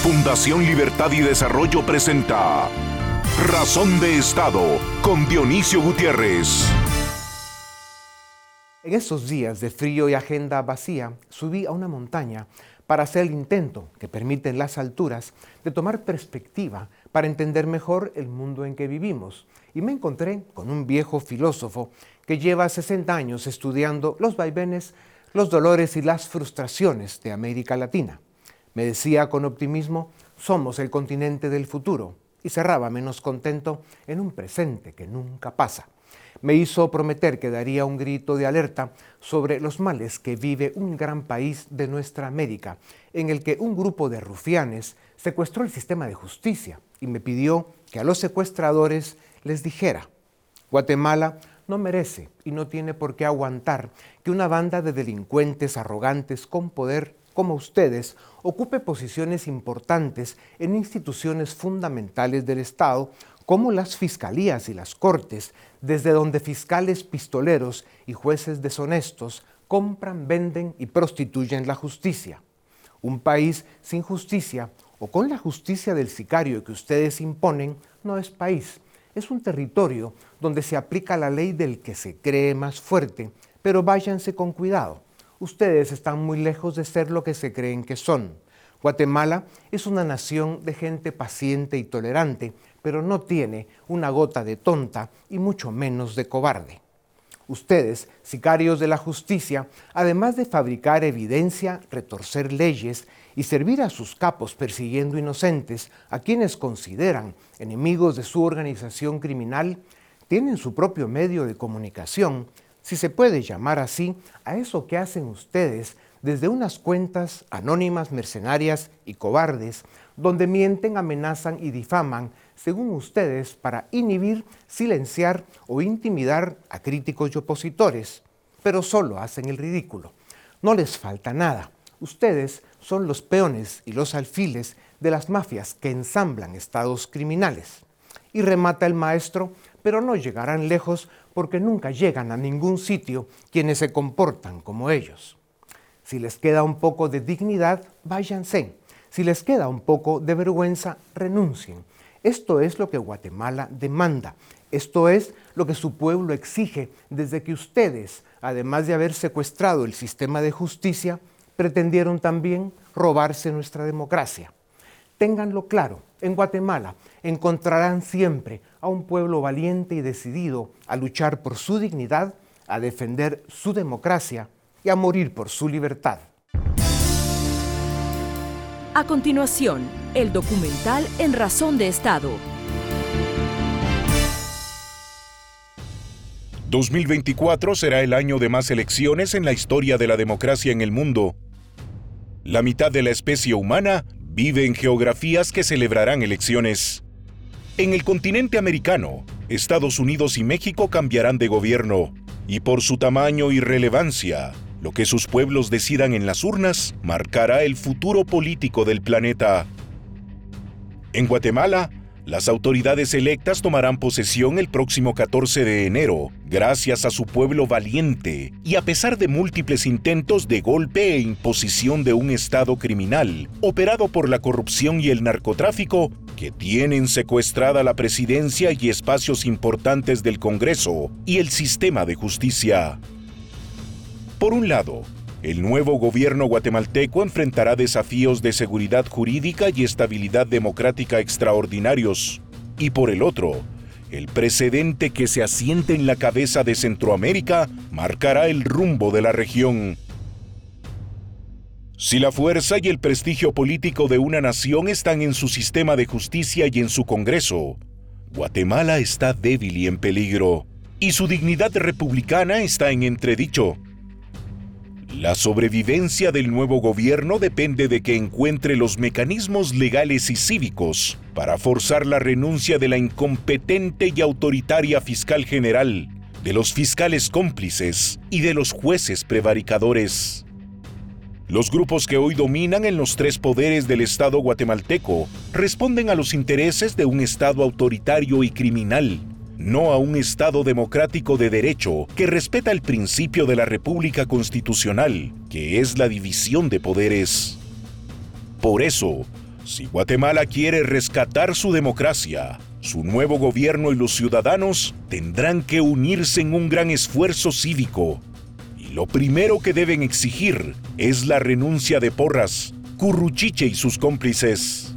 Fundación Libertad y Desarrollo presenta Razón de Estado con Dionisio Gutiérrez. En estos días de frío y agenda vacía, subí a una montaña para hacer el intento que permiten las alturas de tomar perspectiva para entender mejor el mundo en que vivimos. Y me encontré con un viejo filósofo que lleva 60 años estudiando los vaivenes, los dolores y las frustraciones de América Latina. Me decía con optimismo, somos el continente del futuro, y cerraba menos contento en un presente que nunca pasa. Me hizo prometer que daría un grito de alerta sobre los males que vive un gran país de nuestra América, en el que un grupo de rufianes secuestró el sistema de justicia y me pidió que a los secuestradores les dijera: Guatemala no merece y no tiene por qué aguantar que una banda de delincuentes arrogantes con poder como ustedes ocupe posiciones importantes en instituciones fundamentales del Estado, como las fiscalías y las cortes, desde donde fiscales pistoleros y jueces deshonestos compran, venden y prostituyen la justicia. Un país sin justicia o con la justicia del sicario que ustedes imponen no es país. Es un territorio donde se aplica la ley del que se cree más fuerte, pero váyanse con cuidado. Ustedes están muy lejos de ser lo que se creen que son. Guatemala es una nación de gente paciente y tolerante, pero no tiene una gota de tonta y mucho menos de cobarde. Ustedes, sicarios de la justicia, además de fabricar evidencia, retorcer leyes y servir a sus capos persiguiendo inocentes, a quienes consideran enemigos de su organización criminal, tienen su propio medio de comunicación, si se puede llamar así, a eso que hacen ustedes desde unas cuentas anónimas, mercenarias y cobardes, donde mienten, amenazan y difaman, según ustedes, para inhibir, silenciar o intimidar a críticos y opositores, pero solo hacen el ridículo. No les falta nada. Ustedes son los peones y los alfiles de las mafias que ensamblan estados criminales. Y remata el maestro, pero no llegarán lejos porque nunca llegan a ningún sitio quienes se comportan como ellos. Si les queda un poco de dignidad, váyanse. Si les queda un poco de vergüenza, renuncien. Esto es lo que Guatemala demanda. Esto es lo que su pueblo exige desde que ustedes, además de haber secuestrado el sistema de justicia, pretendieron también robarse nuestra democracia. Ténganlo claro, en Guatemala encontrarán siempre a un pueblo valiente y decidido a luchar por su dignidad, a defender su democracia y a morir por su libertad. A continuación, el documental En Razón de Estado. 2024 será el año de más elecciones en la historia de la democracia en el mundo. La mitad de la especie humana vive en geografías que celebrarán elecciones. En el continente americano, Estados Unidos y México cambiarán de gobierno, y por su tamaño y relevancia, lo que sus pueblos decidan en las urnas marcará el futuro político del planeta. En Guatemala, las autoridades electas tomarán posesión el próximo 14 de enero, gracias a su pueblo valiente y a pesar de múltiples intentos de golpe e imposición de un Estado criminal, operado por la corrupción y el narcotráfico, que tienen secuestrada la presidencia y espacios importantes del Congreso y el sistema de justicia. Por un lado, el nuevo gobierno guatemalteco enfrentará desafíos de seguridad jurídica y estabilidad democrática extraordinarios. Y por el otro, el precedente que se asiente en la cabeza de Centroamérica marcará el rumbo de la región. Si la fuerza y el prestigio político de una nación están en su sistema de justicia y en su Congreso, Guatemala está débil y en peligro, y su dignidad republicana está en entredicho. La sobrevivencia del nuevo gobierno depende de que encuentre los mecanismos legales y cívicos para forzar la renuncia de la incompetente y autoritaria fiscal general, de los fiscales cómplices y de los jueces prevaricadores. Los grupos que hoy dominan en los tres poderes del Estado guatemalteco responden a los intereses de un Estado autoritario y criminal, no a un Estado democrático de derecho que respeta el principio de la República Constitucional, que es la división de poderes. Por eso, Si Guatemala quiere rescatar su democracia, su nuevo gobierno y los ciudadanos tendrán que unirse en un gran esfuerzo cívico. Y lo primero que deben exigir es la renuncia de Porras, Curruchiche y sus cómplices.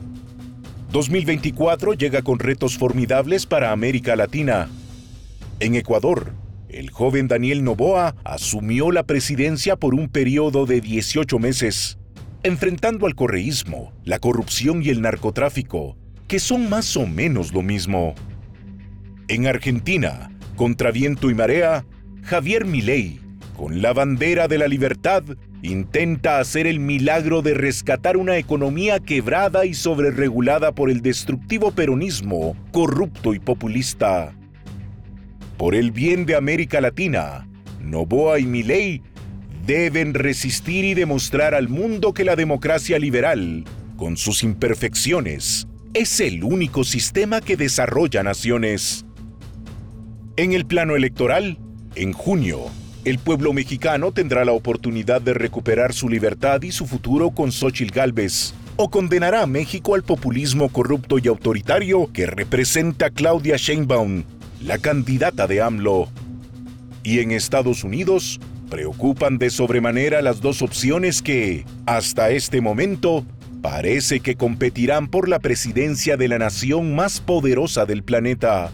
2024 llega con retos formidables para América Latina. En Ecuador, el joven Daniel Noboa asumió la presidencia por un periodo de 18 meses, enfrentando al correísmo, la corrupción y el narcotráfico, que son más o menos lo mismo. En Argentina, contra viento y marea, Javier Milei, con la bandera de la libertad, intenta hacer el milagro de rescatar una economía quebrada y sobreregulada por el destructivo peronismo, corrupto y populista. Por el bien de América Latina, Noboa y Milei deben resistir y demostrar al mundo que la democracia liberal, con sus imperfecciones, es el único sistema que desarrolla naciones. En el plano electoral, en junio, el pueblo mexicano tendrá la oportunidad de recuperar su libertad y su futuro con Xóchitl Gálvez, o condenará a México al populismo corrupto y autoritario que representa Claudia Sheinbaum, la candidata de AMLO. Y en Estados Unidos, preocupan de sobremanera las dos opciones que, hasta este momento, parece que competirán por la presidencia de la nación más poderosa del planeta.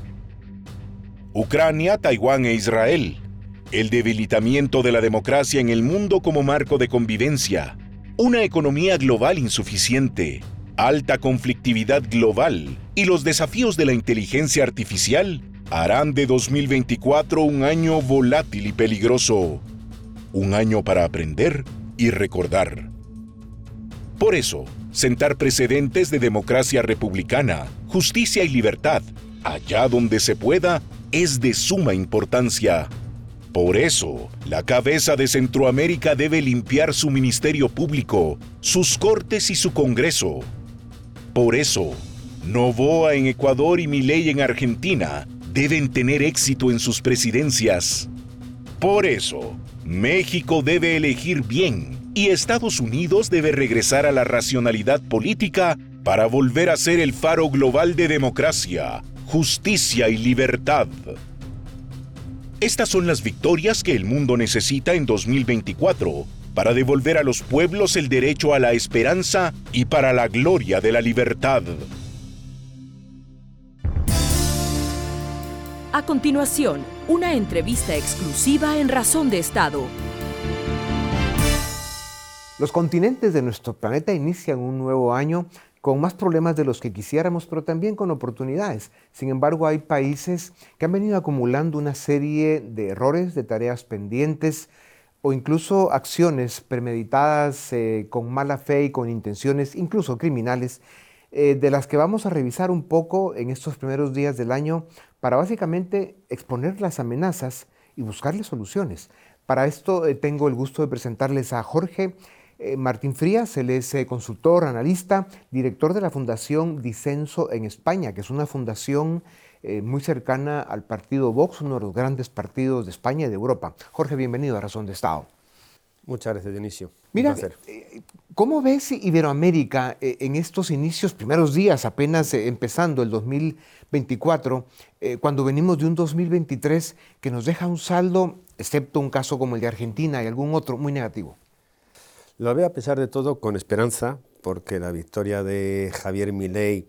Ucrania, Taiwán e Israel. El debilitamiento de la democracia en el mundo como marco de convivencia. Una economía global insuficiente. Alta conflictividad global y los desafíos de la inteligencia artificial harán de 2024 un año volátil y peligroso. Un año para aprender y recordar. Por eso, sentar precedentes de democracia republicana, justicia y libertad, allá donde se pueda, es de suma importancia. Por eso, la cabeza de Centroamérica debe limpiar su ministerio público, sus cortes y su Congreso. Por eso, Noboa en Ecuador y Milei en Argentina deben tener éxito en sus presidencias. Por eso, México debe elegir bien y Estados Unidos debe regresar a la racionalidad política para volver a ser el faro global de democracia, justicia y libertad. Estas son las victorias que el mundo necesita en 2024 para devolver a los pueblos el derecho a la esperanza y para la gloria de la libertad. A continuación, una entrevista exclusiva en Razón de Estado. Los continentes de nuestro planeta inician un nuevo año con más problemas de los que quisiéramos, pero también con oportunidades. Sin embargo, hay países que han venido acumulando una serie de errores, de tareas pendientes o incluso acciones premeditadas con mala fe y con intenciones incluso criminales, de las que vamos a revisar un poco en estos primeros días del año para básicamente exponer las amenazas y buscarles soluciones. Para esto tengo el gusto de presentarles a Jorge Martín Frías. Él es consultor, analista, director de la Fundación Disenso en España, que es una fundación muy cercana al partido Vox, uno de los grandes partidos de España y de Europa. Jorge, bienvenido a Razón de Estado. Muchas gracias, Dionisio. Mira, un placer. ¿Cómo ves Iberoamérica en estos inicios, primeros días, apenas empezando el 2024, cuando venimos de un 2023 que nos deja un saldo, excepto un caso como el de Argentina y algún otro, muy negativo? Lo veo a pesar de todo con esperanza, porque la victoria de Javier Milei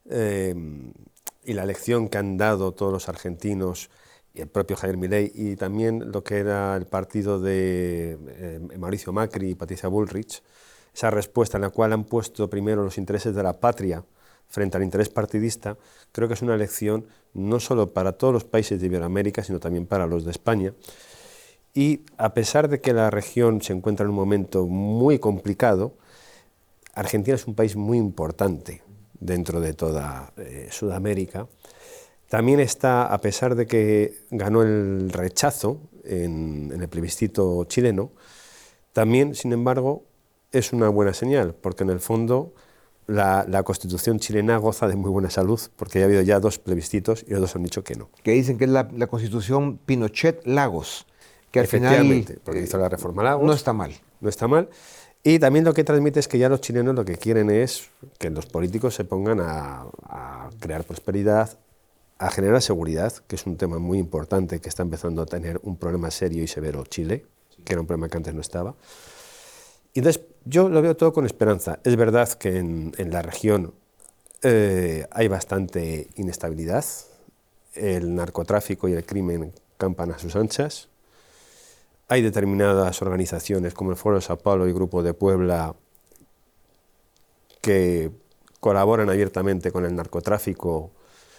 y la lección que han dado todos los argentinos y el propio Javier Milei y también lo que era el partido de Mauricio Macri y Patricia Bullrich, esa respuesta en la cual han puesto primero los intereses de la patria frente al interés partidista, creo que es una lección no solo para todos los países de Iberoamérica, sino también para los de España. Y a pesar de que la región se encuentra en un momento muy complicado, Argentina es un país muy importante dentro de toda Sudamérica. También está, a pesar de que ganó el rechazo en el plebiscito chileno, también, sin embargo, es una buena señal, porque en el fondo la Constitución chilena goza de muy buena salud, porque ha habido ya 2 plebiscitos y los 2 han dicho que no. Que dicen que es la Constitución Pinochet-Lagos, que al final porque hizo la reforma Lagos. no está mal. No está mal. Y también lo que transmite es que ya los chilenos lo que quieren es que los políticos se pongan a crear prosperidad, a generar seguridad, que es un tema muy importante, que está empezando a tener un problema serio y severo Chile, que era un problema que antes no estaba. Y entonces yo lo veo todo con esperanza. Es verdad que en la región hay bastante inestabilidad, el narcotráfico y el crimen campan a sus anchas, hay determinadas organizaciones como el Foro de Sao Paulo y Grupo de Puebla que colaboran abiertamente con el narcotráfico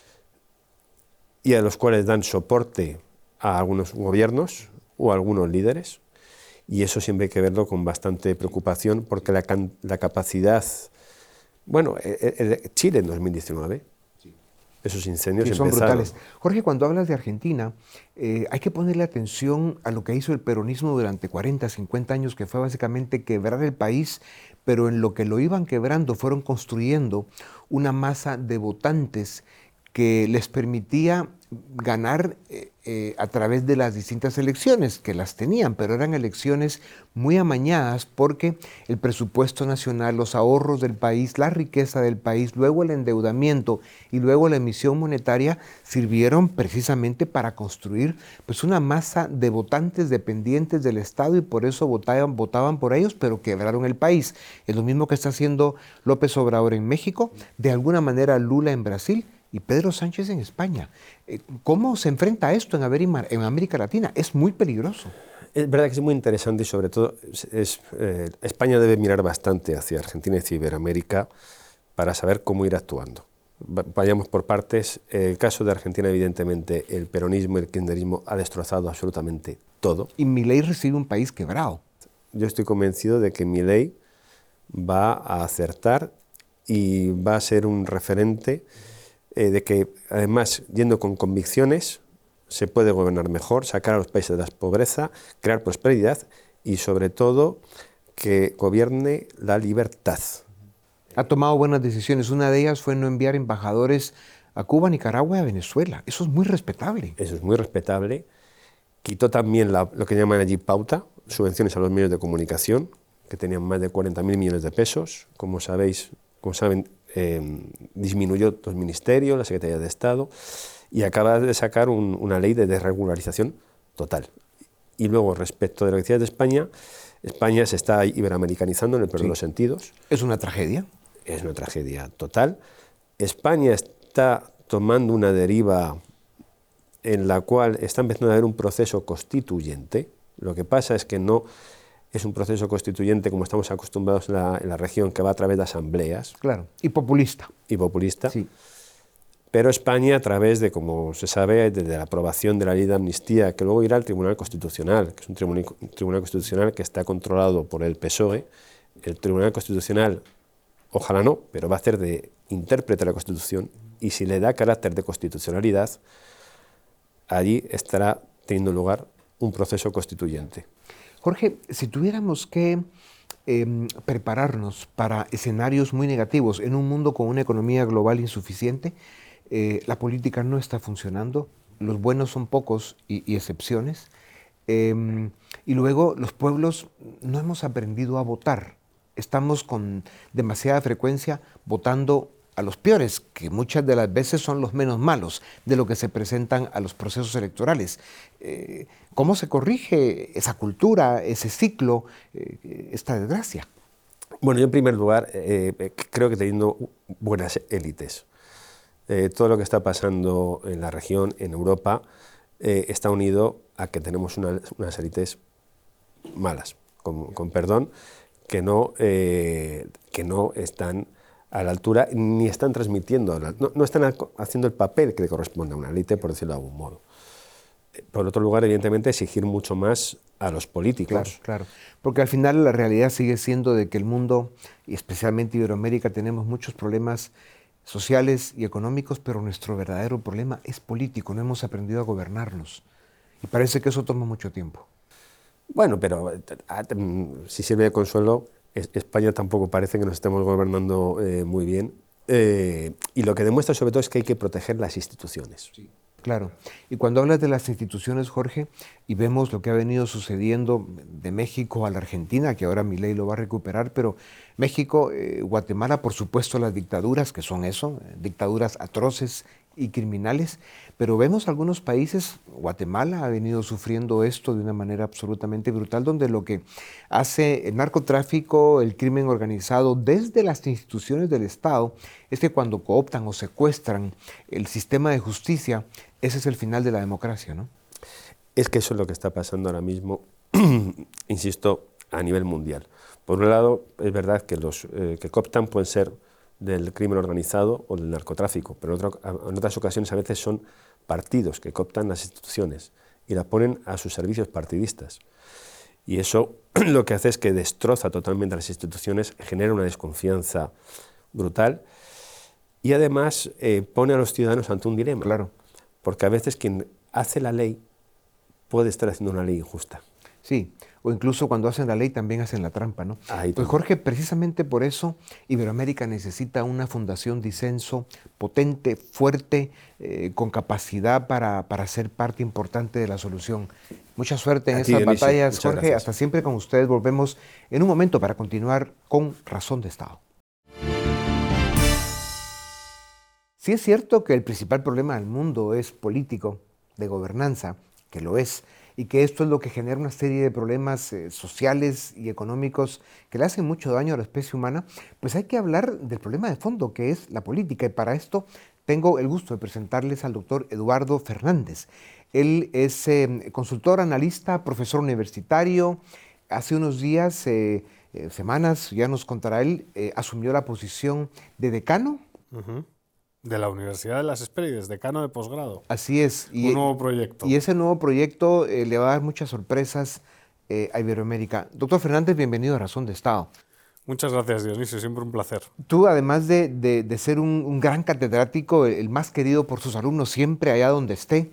y a los cuales dan soporte a algunos gobiernos o a algunos líderes, y eso siempre hay que verlo con bastante preocupación porque la capacidad... Bueno, Chile en 2019, esos incendios Sí, son empezaron. brutales. Jorge, cuando hablas de Argentina, hay que ponerle atención a lo que hizo el peronismo durante 40, 50 años, que fue básicamente quebrar el país, pero en lo que lo iban quebrando fueron construyendo una masa de votantes que les permitía ganar a través de las distintas elecciones, que las tenían, pero eran elecciones muy amañadas porque el presupuesto nacional, los ahorros del país, la riqueza del país, luego el endeudamiento y luego la emisión monetaria sirvieron precisamente para construir pues, una masa de votantes dependientes del Estado y por eso votaban por ellos, pero quebraron el país. Es lo mismo que está haciendo López Obrador en México, de alguna manera Lula en Brasil, y Pedro Sánchez en España. ¿Cómo se enfrenta a esto en América Latina? Es muy peligroso. Es verdad que es muy interesante y sobre todo España debe mirar bastante hacia Argentina y hacia Iberoamérica para saber cómo ir actuando. Vayamos por partes. El caso de Argentina, evidentemente, el peronismo y el kirchnerismo ha destrozado absolutamente todo. Y Milei recibe un país quebrado. Yo estoy convencido de que Milei va a acertar y va a ser un referente de que, además, yendo con convicciones, se puede gobernar mejor, sacar a los países de la pobreza, crear prosperidad y, sobre todo, que gobierne la libertad. Ha tomado buenas decisiones. Una de ellas fue no enviar embajadores a Cuba, Nicaragua y a Venezuela. Eso es muy respetable. Eso es muy respetable. Quitó también lo que llaman allí pauta, subvenciones a los medios de comunicación, que tenían más de 40.000 millones de pesos. Como saben, disminuyó los ministerios, la Secretaría de Estado, y acaba de sacar una ley de desregularización total. Y luego, respecto de lo que decías de España, España se está iberoamericanizando en el peor de los sentidos. ¿Es una tragedia? Es una tragedia total. España está tomando una deriva en la cual está empezando a haber un proceso constituyente. Lo que pasa es que no es un proceso constituyente como estamos acostumbrados en la región, que va a través de asambleas. Claro, y populista. Y populista. Sí. Pero España, a través de, como se sabe, desde la aprobación de la ley de amnistía, que luego irá al Tribunal Constitucional, que es un tribunal constitucional que está controlado por el PSOE, el Tribunal Constitucional, ojalá no, pero va a hacer de intérprete de la Constitución, y si le da carácter de constitucionalidad, allí estará teniendo lugar un proceso constituyente. Jorge, si tuviéramos que prepararnos para escenarios muy negativos en un mundo con una economía global insuficiente, la política no está funcionando, los buenos son pocos y excepciones, y luego los pueblos no hemos aprendido a votar. Estamos con demasiada frecuencia votando a los peores, que muchas de las veces son los menos malos de lo que se presentan a los procesos electorales. ¿Cómo se corrige esa cultura, ese ciclo, esta desgracia? Bueno, yo en primer lugar creo que teniendo buenas élites. Todo lo que está pasando en la región, en Europa, está unido a que tenemos unas élites malas, con perdón, que no están a la altura ni están transmitiendo, no están haciendo el papel que le corresponde a una élite, por decirlo de algún modo. Por otro lugar, evidentemente, exigir mucho más a los políticos. Claro, porque al final la realidad sigue siendo de que el mundo, y especialmente Iberoamérica, tenemos muchos problemas sociales y económicos, pero nuestro verdadero problema es político, no hemos aprendido a gobernarnos. Y parece que eso toma mucho tiempo. Bueno, pero si sirve de consuelo, España tampoco parece que nos estemos gobernando muy bien. Y lo que demuestra sobre todo es que hay que proteger las instituciones. Sí. Claro. Y cuando hablas de las instituciones, Jorge, y vemos lo que ha venido sucediendo de México a la Argentina, que ahora Milei lo va a recuperar, pero México, Guatemala, por supuesto, las dictaduras, que son eso, dictaduras atroces y criminales, pero vemos algunos países, Guatemala ha venido sufriendo esto de una manera absolutamente brutal, donde lo que hace el narcotráfico, el crimen organizado desde las instituciones del Estado, es que cuando cooptan o secuestran el sistema de justicia, ese es el final de la democracia, ¿no? Es que eso es lo que está pasando ahora mismo, insisto, a nivel mundial. Por un lado, es verdad que los que cooptan pueden ser del crimen organizado o del narcotráfico, pero en otras ocasiones a veces son partidos que cooptan las instituciones y las ponen a sus servicios partidistas. Y eso lo que hace es que destroza totalmente las instituciones, genera una desconfianza brutal y además pone a los ciudadanos ante un dilema. Claro. Porque a veces quien hace la ley puede estar haciendo una ley injusta. Sí, o incluso cuando hacen la ley también hacen la trampa, ¿no? Ahí Pues también. Jorge, precisamente por eso Iberoamérica necesita una fundación disenso potente, fuerte, con capacidad para ser parte importante de la solución. Mucha suerte en A ti, esas Dionisio, batallas, muchas Jorge. gracias. Hasta siempre con ustedes. Volvemos en un momento para continuar con Razón de Estado. Sí es cierto que el principal problema del mundo es político, de gobernanza, que lo es, y que esto es lo que genera una serie de problemas sociales y económicos que le hacen mucho daño a la especie humana, pues hay que hablar del problema de fondo, que es la política. Y para esto tengo el gusto de presentarles al doctor Eduardo Fernández. Él es consultor, analista, profesor universitario. Hace unos días, semanas, ya nos contará él, asumió la posición de decano. De la Universidad de las Hespérides, decano de posgrado. Así es. Un nuevo proyecto. Y ese nuevo proyecto le va a dar muchas sorpresas a Iberoamérica. Doctor Fernández, bienvenido a Razón de Estado. Muchas gracias, Dionisio, siempre un placer. Tú, además de ser un gran catedrático, el más querido por sus alumnos siempre allá donde esté,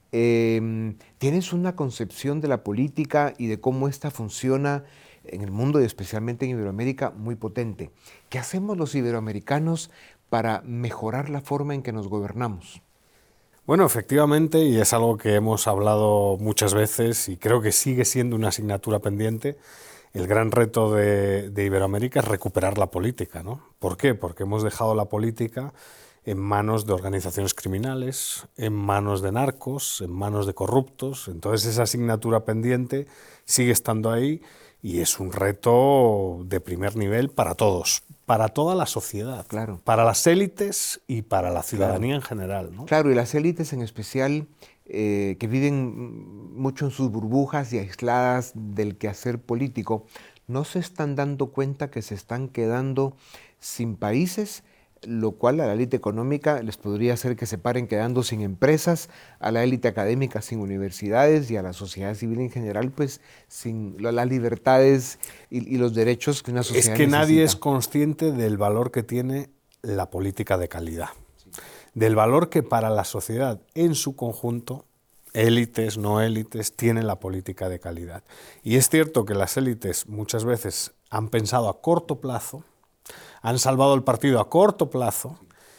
tienes una concepción de la política y de cómo ésta funciona en el mundo y especialmente en Iberoamérica muy potente. ¿Qué hacemos los iberoamericanos para mejorar la forma en que nos gobernamos? Bueno, efectivamente, y es algo que hemos hablado muchas veces y creo que sigue siendo una asignatura pendiente, el gran reto de Iberoamérica es recuperar la política, ¿no? ¿Por qué? Porque hemos dejado la política en manos de organizaciones criminales, en manos de narcos, en manos de corruptos. Entonces esa asignatura pendiente sigue estando ahí y es un reto de primer nivel para todos, para toda la sociedad, Claro. para las élites y para la ciudadanía en general, ¿no? Claro, y las élites en especial, que viven mucho en sus burbujas y aisladas del quehacer político, no se están dando cuenta que se están quedando sin países, lo cual a la élite económica les podría hacer que se paren quedando sin empresas, a la élite académica sin universidades y a la sociedad civil en general pues sin las libertades y los derechos que una sociedad Es que nadie es necesita. consciente del valor que tiene la política de calidad, del valor que para la sociedad en su conjunto, élites, no élites, tiene la política de calidad. Y es cierto que las élites muchas veces han pensado a corto plazo, han salvado el partido a corto plazo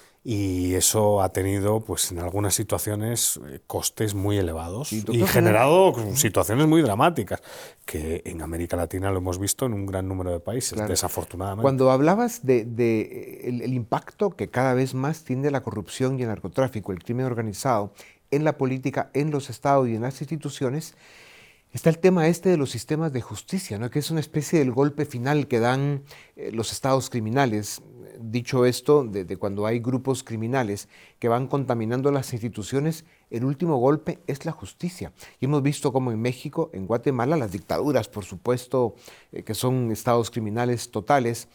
y eso ha tenido, pues en algunas situaciones, costes muy elevados Sí, y doctor generado situaciones muy dramáticas, que en América Latina lo hemos visto en un gran número de países, Claro. desafortunadamente. Cuando hablabas de el impacto que cada vez más tiene la corrupción y el narcotráfico, el crimen organizado, en la política, en los estados y en las instituciones, está el tema este de los sistemas de justicia, ¿no? Que es una especie del golpe final que dan los estados criminales. Dicho esto, de cuando hay grupos criminales que van contaminando las instituciones, el último golpe es la justicia. Y hemos visto cómo en México, en Guatemala, las dictaduras, por supuesto, que son estados criminales totales,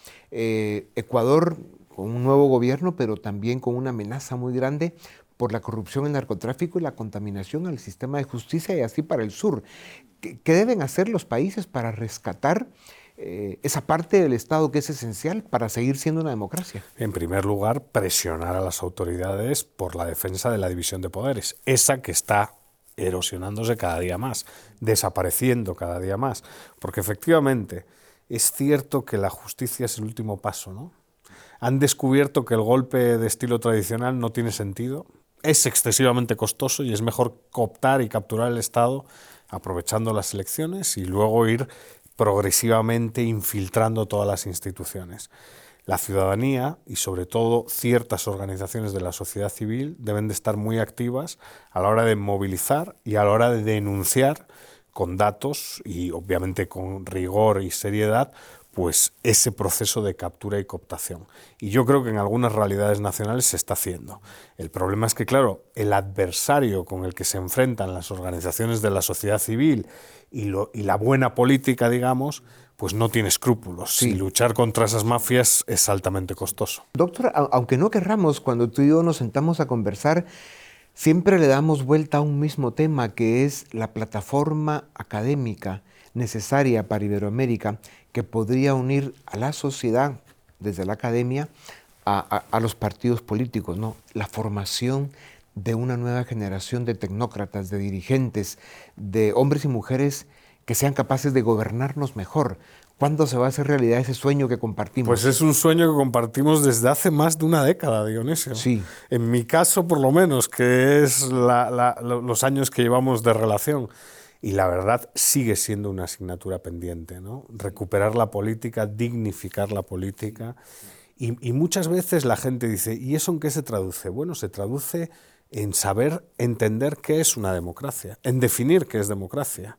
Ecuador con un nuevo gobierno, pero también con una amenaza muy grande por la corrupción, el narcotráfico y la contaminación al sistema de justicia, y así para el sur. ¿Qué deben hacer los países para rescatar esa parte del Estado que es esencial para seguir siendo una democracia? En primer lugar, presionar a las autoridades por la defensa de la división de poderes, esa que está erosionándose cada día más, desapareciendo cada día más, porque efectivamente es cierto que la justicia es el último paso, ¿no? Han descubierto que el golpe de estilo tradicional no tiene sentido es excesivamente costoso y es mejor cooptar y capturar el Estado aprovechando las elecciones y luego ir progresivamente infiltrando todas las instituciones. La ciudadanía y sobre todo ciertas organizaciones de la sociedad civil deben de estar muy activas a la hora de movilizar y a la hora de denunciar con datos y obviamente con rigor y seriedad pues ese proceso de captura y cooptación. Y yo creo que en algunas realidades nacionales se está haciendo. El problema es que, claro, el adversario con el que se enfrentan las organizaciones de la sociedad civil y la buena política, digamos, pues no tiene escrúpulos. Sí. Y luchar contra esas mafias es altamente costoso. Doctor, aunque no querramos, cuando tú y yo nos sentamos a conversar, siempre le damos vuelta a un mismo tema, que es la plataforma académica necesaria para Iberoamérica, que podría unir a la sociedad, desde la academia, a los partidos políticos, ¿no? La formación de una nueva generación de tecnócratas, de dirigentes, de hombres y mujeres que sean capaces de gobernarnos mejor. ¿Cuándo se va a hacer realidad ese sueño que compartimos? Pues es un sueño que compartimos desde hace más de una década, Dionisio. Sí. En mi caso, por lo menos, que es los años que llevamos de relación. Y la verdad sigue siendo una asignatura pendiente, ¿no? Recuperar la política, dignificar la política. Y muchas veces la gente dice, ¿y eso en qué se traduce? Bueno, se traduce en saber entender qué es una democracia, en definir qué es democracia.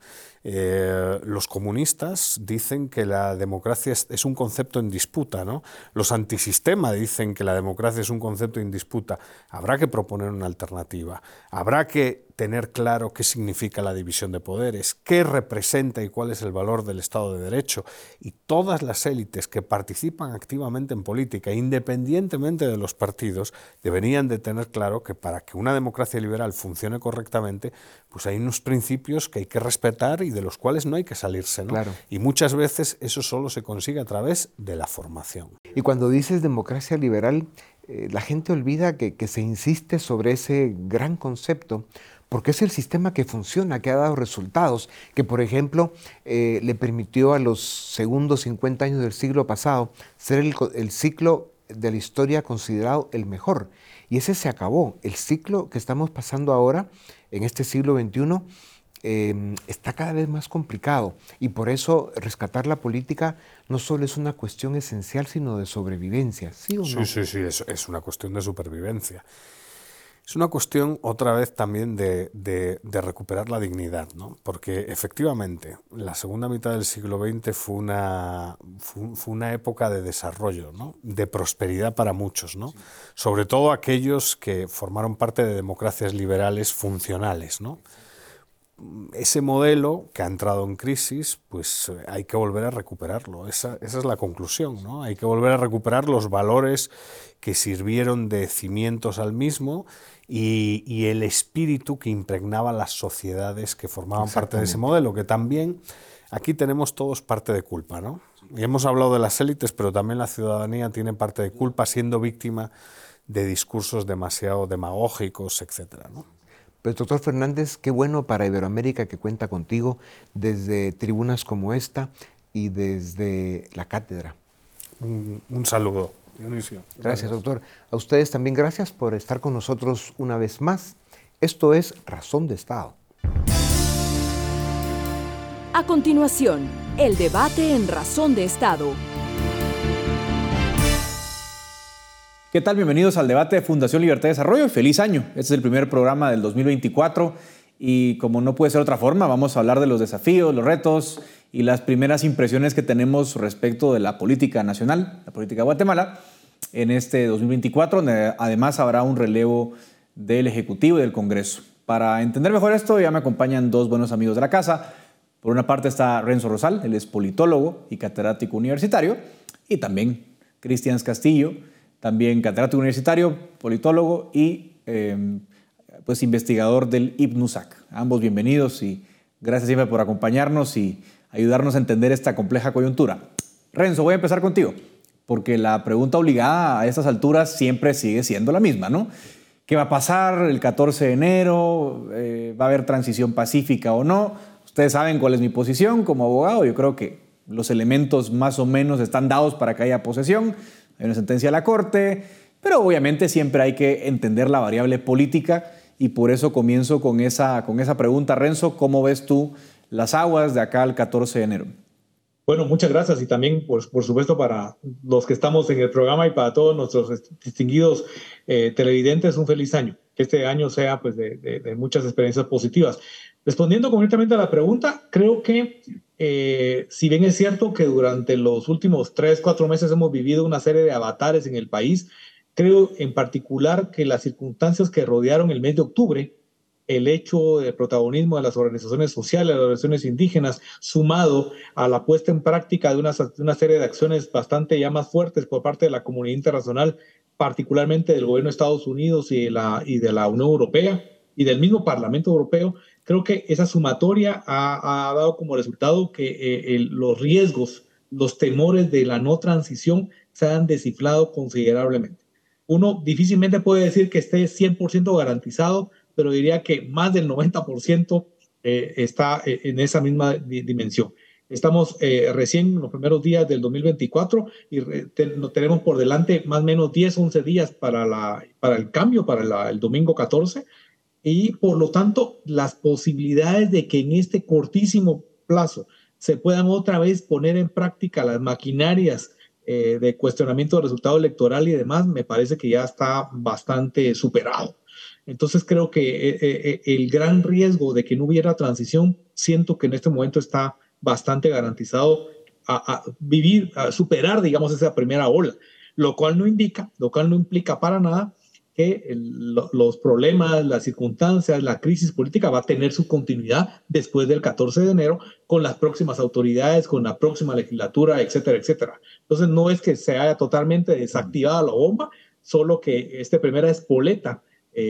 Los comunistas dicen que la democracia es un concepto en disputa, ¿no? Los antisistema dicen que la democracia es un concepto en disputa. Habrá que proponer una alternativa. Habrá que tener claro qué significa la división de poderes, qué representa y cuál es el valor del Estado de Derecho. Y todas las élites que participan activamente en política, independientemente de los partidos, deberían de tener claro que para que una democracia liberal funcione correctamente, pues hay unos principios que hay que respetar y de los cuales no hay que salirse, ¿no? Claro. Y muchas veces eso solo se consigue a través de la formación. Y cuando dices democracia liberal, la gente olvida que se insiste sobre ese gran concepto, porque es el sistema que funciona, que ha dado resultados, que por ejemplo le permitió a los segundos 50 años del siglo pasado ser el ciclo de la historia considerado el mejor. Y ese se acabó. El ciclo que estamos pasando ahora, en este siglo XXI, está cada vez más complicado. Y por eso rescatar la política no solo es una cuestión esencial, sino de sobrevivencia. ¿Sí o no? Sí, es una cuestión de supervivencia. Es una cuestión, otra vez, también de recuperar la dignidad, ¿no? Porque, efectivamente, la segunda mitad del siglo XX fue una época de desarrollo, ¿no? De prosperidad para muchos, ¿no? Sí. Sobre todo aquellos que formaron parte de democracias liberales funcionales, ¿no? Ese modelo que ha entrado en crisis, pues hay que volver a recuperarlo. Esa es la conclusión, ¿no? Hay que volver a recuperar los valores que sirvieron de cimientos al mismo y el espíritu que impregnaba las sociedades que formaban parte de ese modelo, que también aquí tenemos todos parte de culpa, ¿no? Y hemos hablado de las élites, pero también la ciudadanía tiene parte de culpa siendo víctima de discursos demasiado demagógicos, etcétera, ¿no? Pues doctor Fernández, qué bueno para Iberoamérica que cuenta contigo desde tribunas como esta y desde la cátedra. Un saludo, Dionisio. Gracias, doctor. A ustedes también gracias por estar con nosotros una vez más. Esto es Razón de Estado. A continuación, el debate en Razón de Estado. ¿Qué tal? Bienvenidos al debate de Fundación Libertad y Desarrollo. ¡Feliz año! Este es el primer programa del 2024 y como no puede ser de otra forma, vamos a hablar de los desafíos, los retos y las primeras impresiones que tenemos respecto de la política nacional, la política de Guatemala, en este 2024, donde además habrá un relevo del Ejecutivo y del Congreso. Para entender mejor esto, ya me acompañan dos buenos amigos de la casa. Por una parte está Renzo Rosal, él es politólogo y catedrático universitario, y también Cristian Castillo, también catedrático universitario, politólogo y pues investigador del IPNUSAC. Ambos bienvenidos y gracias siempre por acompañarnos y ayudarnos a entender esta compleja coyuntura. Renzo, voy a empezar contigo, porque la pregunta obligada a estas alturas siempre sigue siendo la misma, ¿no? ¿Qué va a pasar el 14 de enero? ¿Va a haber transición pacífica o no? Ustedes saben cuál es mi posición como abogado. Yo creo que los elementos más o menos están dados para que haya posesión. Hay una sentencia de la Corte, pero obviamente siempre hay que entender la variable política y por eso comienzo con esa pregunta. Renzo, ¿cómo ves tú las aguas de acá al 14 de enero? Bueno, muchas gracias y también, por supuesto, para los que estamos en el programa y para todos nuestros distinguidos televidentes, un feliz año. Que este año sea pues, de muchas experiencias positivas. Respondiendo concretamente a la pregunta, creo que si bien es cierto que durante los últimos 3-4 meses hemos vivido una serie de avatares en el país, creo en particular que las circunstancias que rodearon el mes de octubre, el hecho de protagonismo de las organizaciones sociales, las organizaciones indígenas, sumado a la puesta en práctica de una serie de acciones bastante ya más fuertes por parte de la comunidad internacional, particularmente del gobierno de Estados Unidos y de la Unión Europea y del mismo Parlamento Europeo, creo que esa sumatoria ha dado como resultado que los riesgos, los temores de la no transición se han desinflado considerablemente. Uno difícilmente puede decir que esté 100% garantizado, pero diría que más del 90% está en esa misma dimensión. Estamos recién en los primeros días del 2024 y tenemos por delante más o menos 10-11 días para el cambio, para el domingo 14, y por lo tanto las posibilidades de que en este cortísimo plazo se puedan otra vez poner en práctica las maquinarias de cuestionamiento del resultado electoral y demás, me parece que ya está bastante superado. Entonces creo que el gran riesgo de que no hubiera transición, siento que en este momento está bastante garantizado a superar, digamos, esa primera ola, lo cual no implica para nada que los problemas, las circunstancias, la crisis política va a tener su continuidad después del 14 de enero con las próximas autoridades, con la próxima legislatura, etcétera, etcétera. Entonces no es que se haya totalmente desactivado la bomba, solo que esta primera espoleta,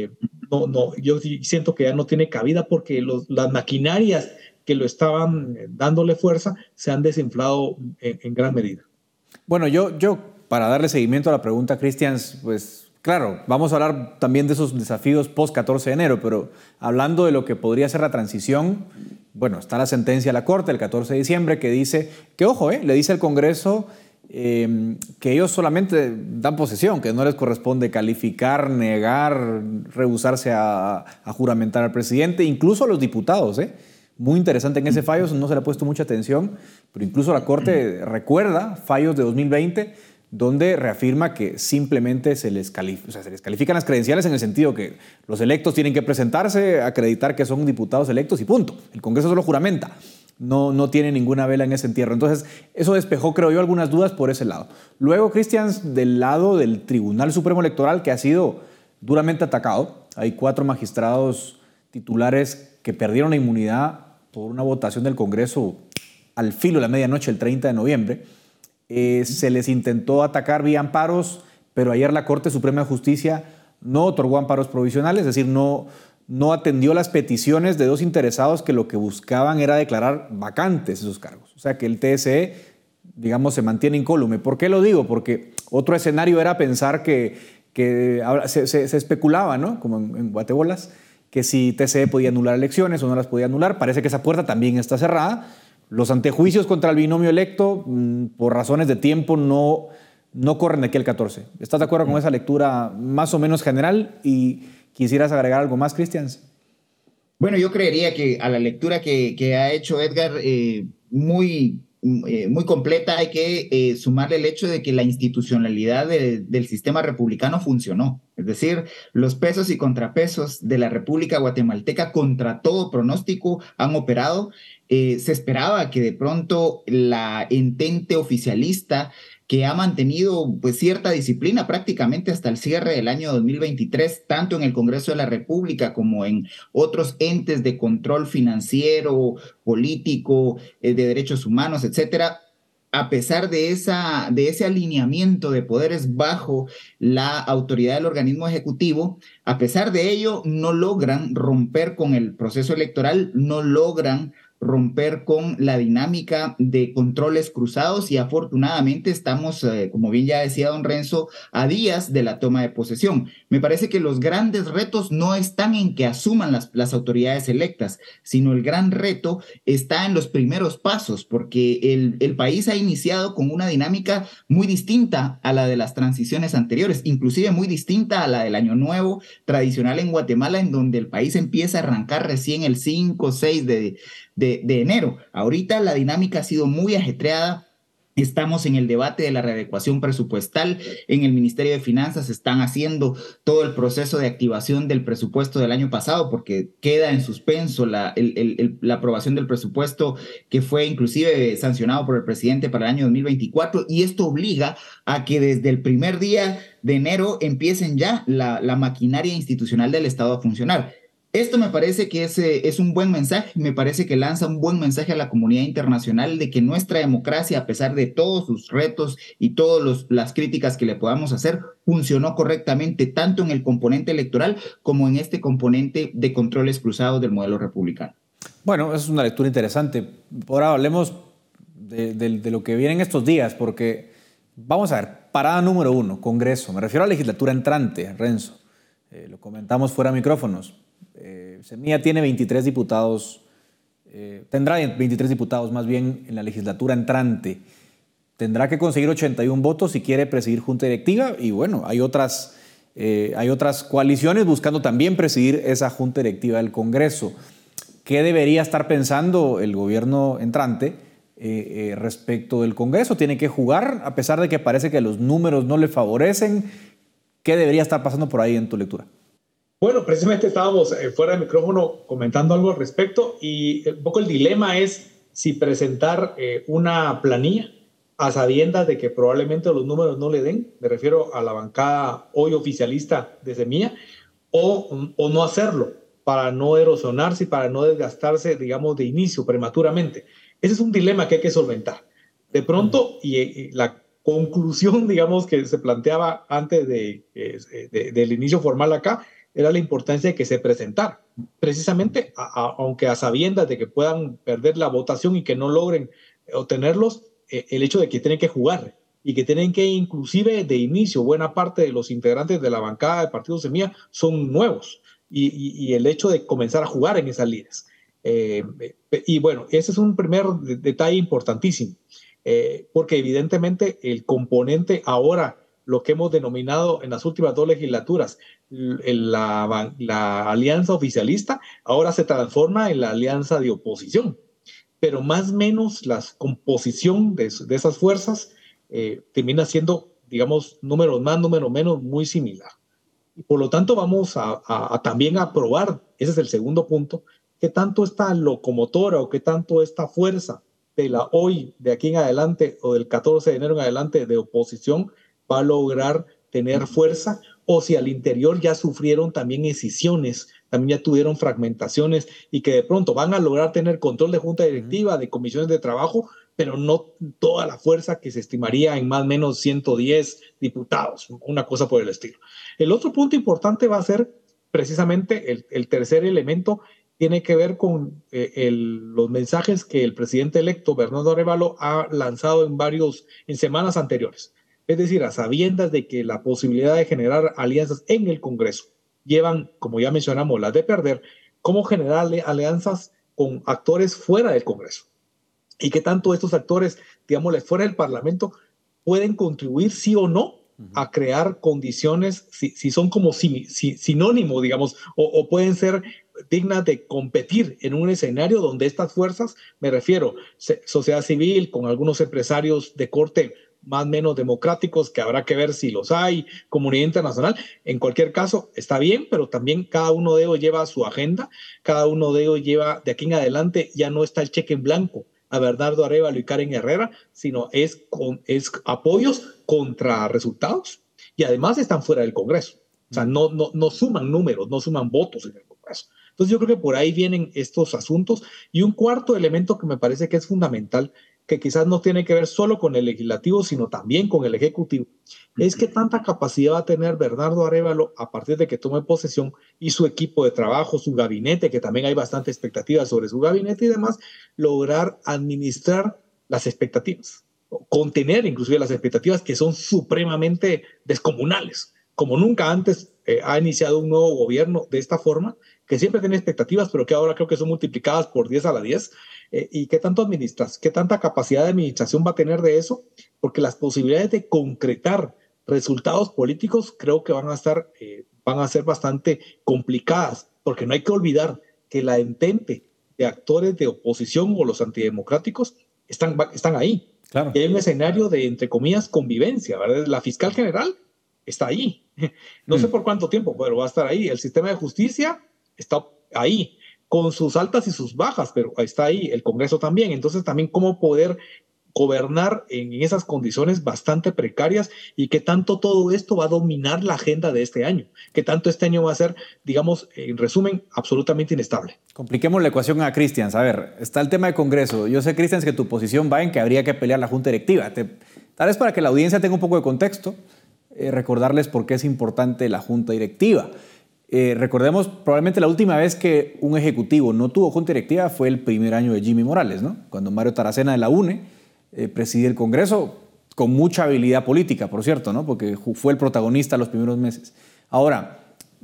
yo siento que ya no tiene cabida porque las maquinarias que lo estaban dándole fuerza se han desinflado en gran medida. Bueno, yo para darle seguimiento a la pregunta, Cristian, pues claro, vamos a hablar también de esos desafíos post-14 de enero, pero hablando de lo que podría ser la transición, bueno, está la sentencia de la Corte el 14 de diciembre que dice, que ojo, le dice al Congreso que ellos solamente dan posesión, que no les corresponde calificar, negar, rehusarse a juramentar al presidente, incluso a los diputados. Muy interesante en ese fallo, no se le ha puesto mucha atención, pero incluso la Corte recuerda fallos de 2020 donde reafirma que simplemente se les califican las credenciales en el sentido que los electos tienen que presentarse, acreditar que son diputados electos y punto. El Congreso solo juramenta. No tiene ninguna vela en ese entierro. Entonces, eso despejó, creo yo, algunas dudas por ese lado. Luego, Cristian, del lado del Tribunal Supremo Electoral, que ha sido duramente atacado, hay 4 magistrados titulares que perdieron la inmunidad por una votación del Congreso al filo de la medianoche, el 30 de noviembre. Se les intentó atacar vía amparos, pero ayer la Corte Suprema de Justicia no otorgó amparos provisionales, es decir, no atendió las peticiones de 2 interesados que lo que buscaban era declarar vacantes esos cargos. O sea que el TSE, digamos, se mantiene incólume. ¿Por qué lo digo? Porque otro escenario era pensar que se especulaba, ¿no? Como en Guatebolas, que si TSE podía anular elecciones o no las podía anular. Parece que esa puerta también está cerrada. Los antejuicios contra el binomio electo, por razones de tiempo, no corren de aquí al 14. ¿Estás de acuerdo con esa lectura más o menos general? Y ¿quisieras agregar algo más, Cristian? Bueno, yo creería que a la lectura que ha hecho Edgar, muy completa, hay que sumarle el hecho de que la institucionalidad del sistema republicano funcionó. Es decir, los pesos y contrapesos de la República Guatemalteca contra todo pronóstico han operado. Se esperaba que de pronto la entente oficialista que ha mantenido pues cierta disciplina prácticamente hasta el cierre del año 2023, tanto en el Congreso de la República como en otros entes de control financiero, político, de derechos humanos, etcétera. A pesar de ese alineamiento de poderes bajo la autoridad del organismo ejecutivo, a pesar de ello no logran romper con el proceso electoral, no logran romper con la dinámica de controles cruzados y afortunadamente estamos, como bien ya decía don Renzo, a días de la toma de posesión. Me parece que los grandes retos no están en que asuman las autoridades electas, sino el gran reto está en los primeros pasos, porque el país ha iniciado con una dinámica muy distinta a la de las transiciones anteriores, inclusive muy distinta a la del Año Nuevo tradicional en Guatemala, en donde el país empieza a arrancar recién el 5 o 6 de enero. Ahorita la dinámica ha sido muy ajetreada. Estamos en el debate de la readecuación presupuestal. En el Ministerio de Finanzas están haciendo todo el proceso de activación del presupuesto del año pasado porque queda en suspenso la aprobación del presupuesto que fue inclusive sancionado por el presidente para el año 2024 y esto obliga a que desde el primer día de enero empiecen ya la maquinaria institucional del Estado a funcionar. Esto me parece que es un buen mensaje, me parece que lanza un buen mensaje a la comunidad internacional de que nuestra democracia, a pesar de todos sus retos y todas las críticas que le podamos hacer, funcionó correctamente tanto en el componente electoral como en este componente de controles cruzados del modelo republicano. Bueno, es una lectura interesante. Ahora hablemos de lo que viene en estos días, porque vamos a ver, parada número 1, Congreso. Me refiero a la legislatura entrante, Renzo. Lo comentamos fuera de micrófonos. Semilla tiene 23 diputados, tendrá 23 diputados más bien en la legislatura entrante. Tendrá que conseguir 81 votos si quiere presidir junta directiva y bueno, hay otras coaliciones buscando también presidir esa junta directiva del Congreso. ¿Qué debería estar pensando el gobierno entrante respecto del Congreso? ¿Tiene que jugar a pesar de que parece que los números no le favorecen? ¿Qué debería estar pasando por ahí en tu lectura? Bueno, precisamente estábamos fuera de micrófono comentando algo al respecto y un poco el dilema es si presentar una planilla a sabiendas de que probablemente los números no le den, me refiero a la bancada hoy oficialista de Semilla, o no hacerlo para no erosionarse y para no desgastarse, digamos, de inicio prematuramente. Ese es un dilema que hay que solventar. De pronto, y la conclusión, digamos, que se planteaba antes del inicio formal acá, era la importancia de que se presentara, precisamente, aunque a sabiendas de que puedan perder la votación y que no logren obtenerlos, el hecho de que tienen que jugar y que tienen que, inclusive de inicio, buena parte de los integrantes de la bancada del Partido Semilla son nuevos y el hecho de comenzar a jugar en esas líneas. Y bueno, ese es un primer detalle importantísimo, porque evidentemente el componente ahora, lo que hemos denominado en las últimas 2 legislaturas, la alianza oficialista, ahora se transforma en la alianza de oposición. Pero más o menos la composición de esas fuerzas termina siendo, digamos, números más, números menos, muy similar. Y por lo tanto vamos a también a probar, ese es el segundo punto, qué tanto esta locomotora o qué tanto esta fuerza de la hoy, de aquí en adelante, o del 14 de enero en adelante de oposición, va a lograr tener fuerza, o si al interior ya sufrieron también escisiones, también ya tuvieron fragmentaciones y que de pronto van a lograr tener control de junta directiva, de comisiones de trabajo, pero no toda la fuerza que se estimaría en más o menos 110 diputados, una cosa por el estilo. El otro punto importante va a ser precisamente el tercer elemento, tiene que ver con los mensajes que el presidente electo Bernardo Arévalo ha lanzado en semanas anteriores. Es decir, a sabiendas de que la posibilidad de generar alianzas en el Congreso llevan, como ya mencionamos, las de perder, cómo generar alianzas con actores fuera del Congreso. Y que tanto estos actores, digámosle, fuera del Parlamento, pueden contribuir sí o no a crear condiciones, si son como sinónimos, digamos, o pueden ser dignas de competir en un escenario donde estas fuerzas, me refiero, sociedad civil, con algunos empresarios de corte más o menos democráticos, que habrá que ver si los hay, comunidad internacional, en cualquier caso está bien, pero también cada uno de ellos lleva su agenda, cada uno de ellos lleva, de aquí en adelante ya no está el cheque en blanco a Bernardo Arévalo y Karen Herrera, sino es apoyos contra resultados y además están fuera del Congreso, o sea, no suman números, no suman votos en el Congreso. Entonces yo creo que por ahí vienen estos asuntos y un cuarto elemento que me parece que es fundamental que quizás no tiene que ver solo con el legislativo, sino también con el ejecutivo, es qué tanta capacidad va a tener Bernardo Arévalo a partir de que tome posesión y su equipo de trabajo, su gabinete, que también hay bastante expectativas sobre su gabinete y demás, lograr administrar las expectativas, contener inclusive las expectativas que son supremamente descomunales, como nunca antes ha iniciado un nuevo gobierno de esta forma, que siempre tiene expectativas, pero que ahora creo que son multiplicadas por 10 a la 10, y qué tanto administras, qué tanta capacidad de administración va a tener de eso, porque las posibilidades de concretar resultados políticos creo que van a ser bastante complicadas, porque no hay que olvidar que la entente de actores de oposición o los antidemocráticos están ahí. Claro. Y hay un escenario de, entre comillas, convivencia, ¿verdad? La fiscal general está ahí. No sé por cuánto tiempo, pero va a estar ahí. El sistema de justicia está ahí, con sus altas y sus bajas, pero está ahí. El Congreso también. Entonces, también cómo poder gobernar en esas condiciones bastante precarias y qué tanto todo esto va a dominar la agenda de este año, qué tanto este año va a ser, digamos, en resumen, absolutamente inestable. Compliquemos la ecuación a Cristian. A ver, está el tema de Congreso. Yo sé, Cristian, que tu posición va en que habría que pelear la Junta Directiva. Tal vez para que la audiencia tenga un poco de contexto, recordarles por qué es importante la Junta Directiva. Recordemos, probablemente la última vez que un ejecutivo no tuvo Junta Directiva fue el primer año de Jimmy Morales, ¿no? Cuando Mario Taracena de la UNE preside el Congreso, con mucha habilidad política, por cierto, ¿no? Porque fue el protagonista los primeros meses. Ahora,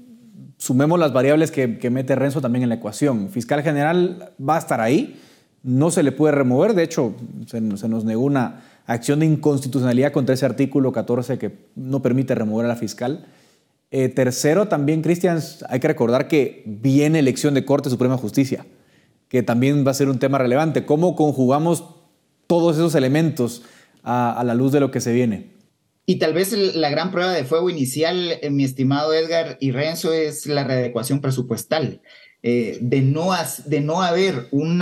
sumemos las variables que mete Renzo también en la ecuación. Fiscal general va a estar ahí, no se le puede remover. De hecho, se nos negó una acción de inconstitucionalidad contra ese artículo 14 que no permite remover a la fiscal. Tercero, también, Cristian, hay que recordar que viene elección de Corte Suprema de Justicia, que también va a ser un tema relevante. ¿Cómo conjugamos todos esos elementos a la luz de lo que se viene? Y tal vez la gran prueba de fuego inicial, mi estimado Edgar y Renzo, es la readecuación presupuestal. De no haber un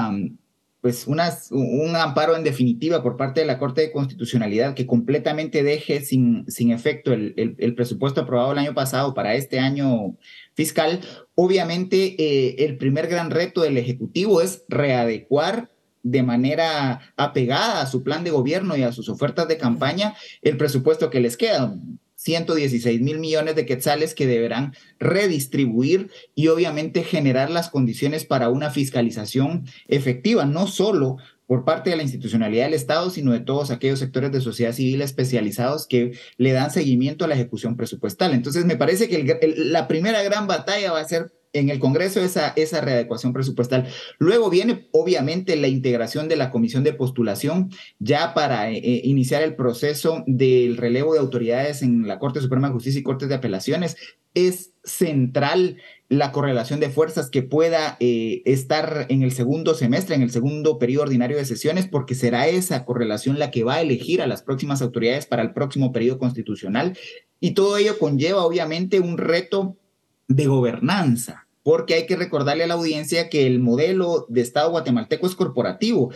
amparo en definitiva por parte de la Corte de Constitucionalidad que completamente deje sin efecto el presupuesto aprobado el año pasado para este año fiscal, obviamente el primer gran reto del Ejecutivo es readecuar de manera apegada a su plan de gobierno y a sus ofertas de campaña el presupuesto que les queda. 116,000 millones de quetzales que deberán redistribuir y obviamente generar las condiciones para una fiscalización efectiva, no solo por parte de la institucionalidad del Estado, sino de todos aquellos sectores de sociedad civil especializados que le dan seguimiento a la ejecución presupuestal. Entonces, me parece que la primera gran batalla va a ser en el Congreso esa readecuación presupuestal. Luego viene, obviamente, la integración de la comisión de postulación ya para iniciar el proceso del relevo de autoridades en la Corte Suprema de Justicia y Cortes de Apelaciones. Es central la correlación de fuerzas que pueda estar en el segundo semestre, en el segundo periodo ordinario de sesiones, porque será esa correlación la que va a elegir a las próximas autoridades para el próximo periodo constitucional. Y todo ello conlleva, obviamente, un reto de gobernanza, porque hay que recordarle a la audiencia que el modelo de Estado guatemalteco es corporativo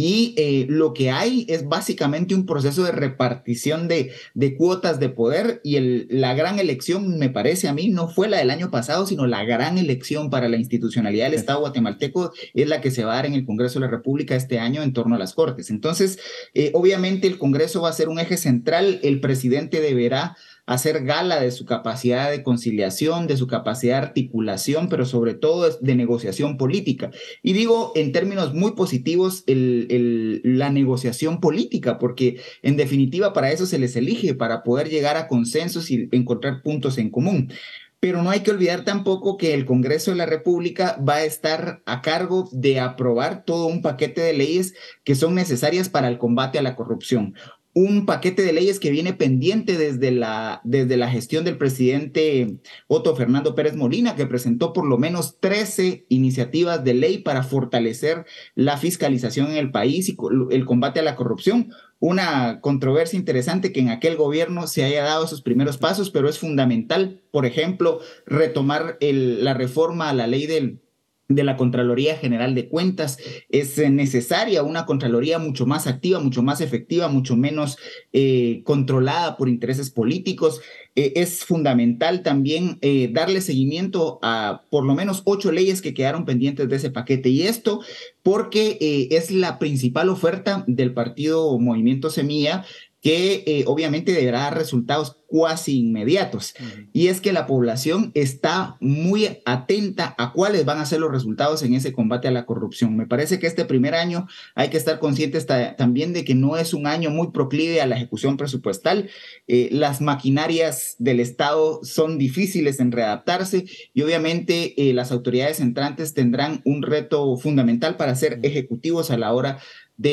y lo que hay es básicamente un proceso de repartición de cuotas de poder y la gran elección, me parece a mí, no fue la del año pasado, sino la gran elección para la institucionalidad del Estado guatemalteco es la que se va a dar en el Congreso de la República este año en torno a las Cortes. Entonces, obviamente el Congreso va a ser un eje central, el presidente deberá hacer gala de su capacidad de conciliación, de su capacidad de articulación, pero sobre todo de negociación política. Y digo en términos muy positivos la negociación política, porque en definitiva para eso se les elige, para poder llegar a consensos y encontrar puntos en común. Pero no hay que olvidar tampoco que el Congreso de la República va a estar a cargo de aprobar todo un paquete de leyes que son necesarias para el combate a la corrupción. Un paquete de leyes que viene pendiente desde la gestión del presidente Otto Fernando Pérez Molina, que presentó por lo menos 13 iniciativas de ley para fortalecer la fiscalización en el país y el combate a la corrupción. Una controversia interesante que en aquel gobierno se haya dado esos primeros pasos, pero es fundamental, por ejemplo, retomar la reforma a la ley del de la Contraloría General de Cuentas. Es necesaria una Contraloría mucho más activa, mucho más efectiva, mucho menos controlada por intereses políticos. Es fundamental también darle seguimiento a por lo menos 8 leyes que quedaron pendientes de ese paquete. Y esto porque es la principal oferta del partido Movimiento Semilla, que obviamente deberá dar resultados cuasi inmediatos. Y es que la población está muy atenta a cuáles van a ser los resultados en ese combate a la corrupción. Me parece que este primer año hay que estar conscientes también de que no es un año muy proclive a la ejecución presupuestal. Las maquinarias del Estado son difíciles en readaptarse y obviamente las autoridades entrantes tendrán un reto fundamental para ser ejecutivos a la hora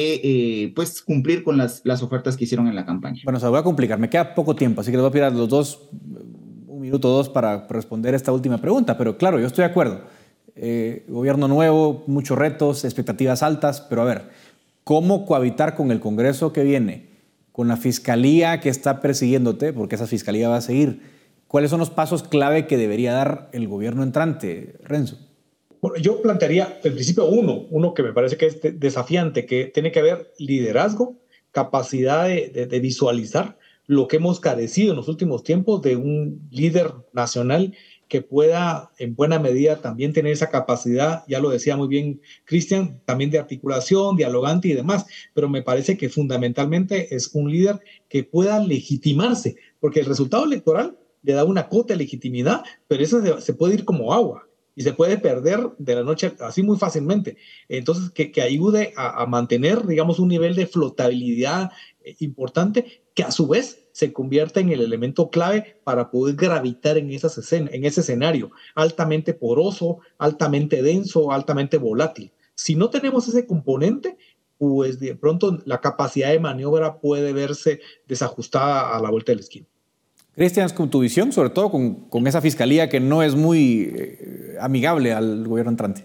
de pues cumplir con las ofertas que hicieron en la campaña. Bueno, se lo voy a complicar, me queda poco tiempo, así que les voy a pedir a los dos 1 minuto o 2 para responder esta última pregunta, pero claro, yo estoy de acuerdo. Gobierno nuevo, muchos retos, expectativas altas, pero a ver, ¿cómo cohabitar con el Congreso que viene? Con la Fiscalía que está persiguiéndote, porque esa Fiscalía va a seguir. ¿Cuáles son los pasos clave que debería dar el gobierno entrante, Renzo? Bueno, yo plantearía, en principio, uno que me parece que es desafiante, que tiene que haber liderazgo, capacidad de visualizar lo que hemos carecido en los últimos tiempos de un líder nacional que pueda en buena medida también tener esa capacidad, ya lo decía muy bien Cristian, también de articulación, dialogante y demás, pero me parece que fundamentalmente es un líder que pueda legitimarse, porque el resultado electoral le da una cota de legitimidad, pero eso se puede ir como agua. Y se puede perder de la noche así muy fácilmente. Entonces, que ayude a mantener, digamos, un nivel de flotabilidad importante que a su vez se convierta en el elemento clave para poder gravitar en ese escenario altamente poroso, altamente denso, altamente volátil. Si no tenemos ese componente, pues de pronto la capacidad de maniobra puede verse desajustada a la vuelta de la esquina. Cristian, con tu visión, sobre todo con esa fiscalía que no es muy amigable al gobierno entrante.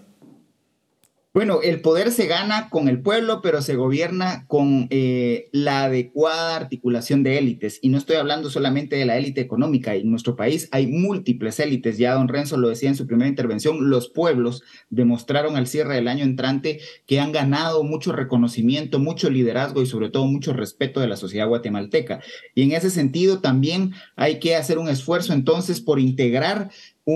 Bueno, el poder se gana con el pueblo, pero se gobierna con la adecuada articulación de élites. Y no estoy hablando solamente de la élite económica. En nuestro país hay múltiples élites. Ya don Renzo lo decía en su primera intervención, los pueblos demostraron al cierre del año entrante que han ganado mucho reconocimiento, mucho liderazgo y sobre todo mucho respeto de la sociedad guatemalteca. Y en ese sentido también hay que hacer un esfuerzo entonces por integrar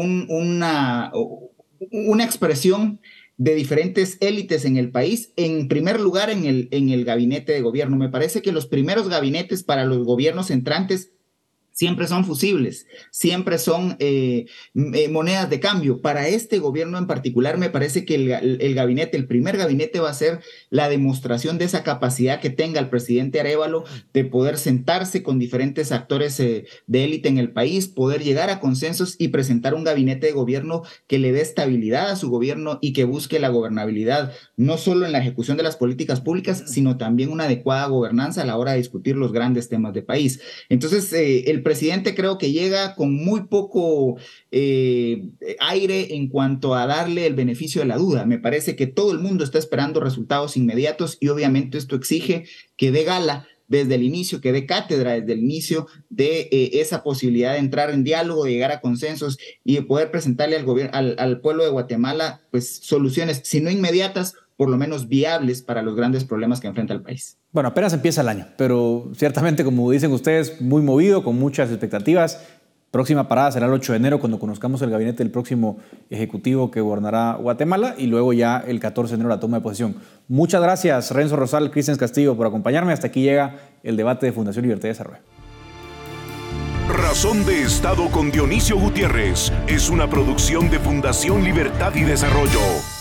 una expresión de diferentes élites en el país, en primer lugar en el gabinete de gobierno. Me parece que los primeros gabinetes para los gobiernos entrantes siempre son fusibles, siempre son monedas de cambio. Para este gobierno en particular me parece que el primer gabinete va a ser la demostración de esa capacidad que tenga el presidente Arévalo de poder sentarse con diferentes actores de élite en el país, poder llegar a consensos y presentar un gabinete de gobierno que le dé estabilidad a su gobierno y que busque la gobernabilidad, no solo en la ejecución de las políticas públicas, sino también una adecuada gobernanza a la hora de discutir los grandes temas de país. Entonces, el presidente creo que llega con muy poco aire en cuanto a darle el beneficio de la duda. Me parece que todo el mundo está esperando resultados inmediatos y obviamente esto exige que dé gala desde el inicio, que dé cátedra desde el inicio de esa posibilidad de entrar en diálogo, de llegar a consensos y de poder presentarle al pueblo de Guatemala pues soluciones, si no inmediatas, por lo menos viables para los grandes problemas que enfrenta el país. Bueno, apenas empieza el año, pero ciertamente, como dicen ustedes, muy movido, con muchas expectativas. Próxima parada será el 8 de enero, cuando conozcamos el gabinete del próximo ejecutivo que gobernará Guatemala, y luego ya el 14 de enero la toma de posesión. Muchas gracias, Renzo Rosal, Cristian Castillo, por acompañarme. Hasta aquí llega el debate de Fundación Libertad y Desarrollo. Razón de Estado con Dionisio Gutiérrez es una producción de Fundación Libertad y Desarrollo.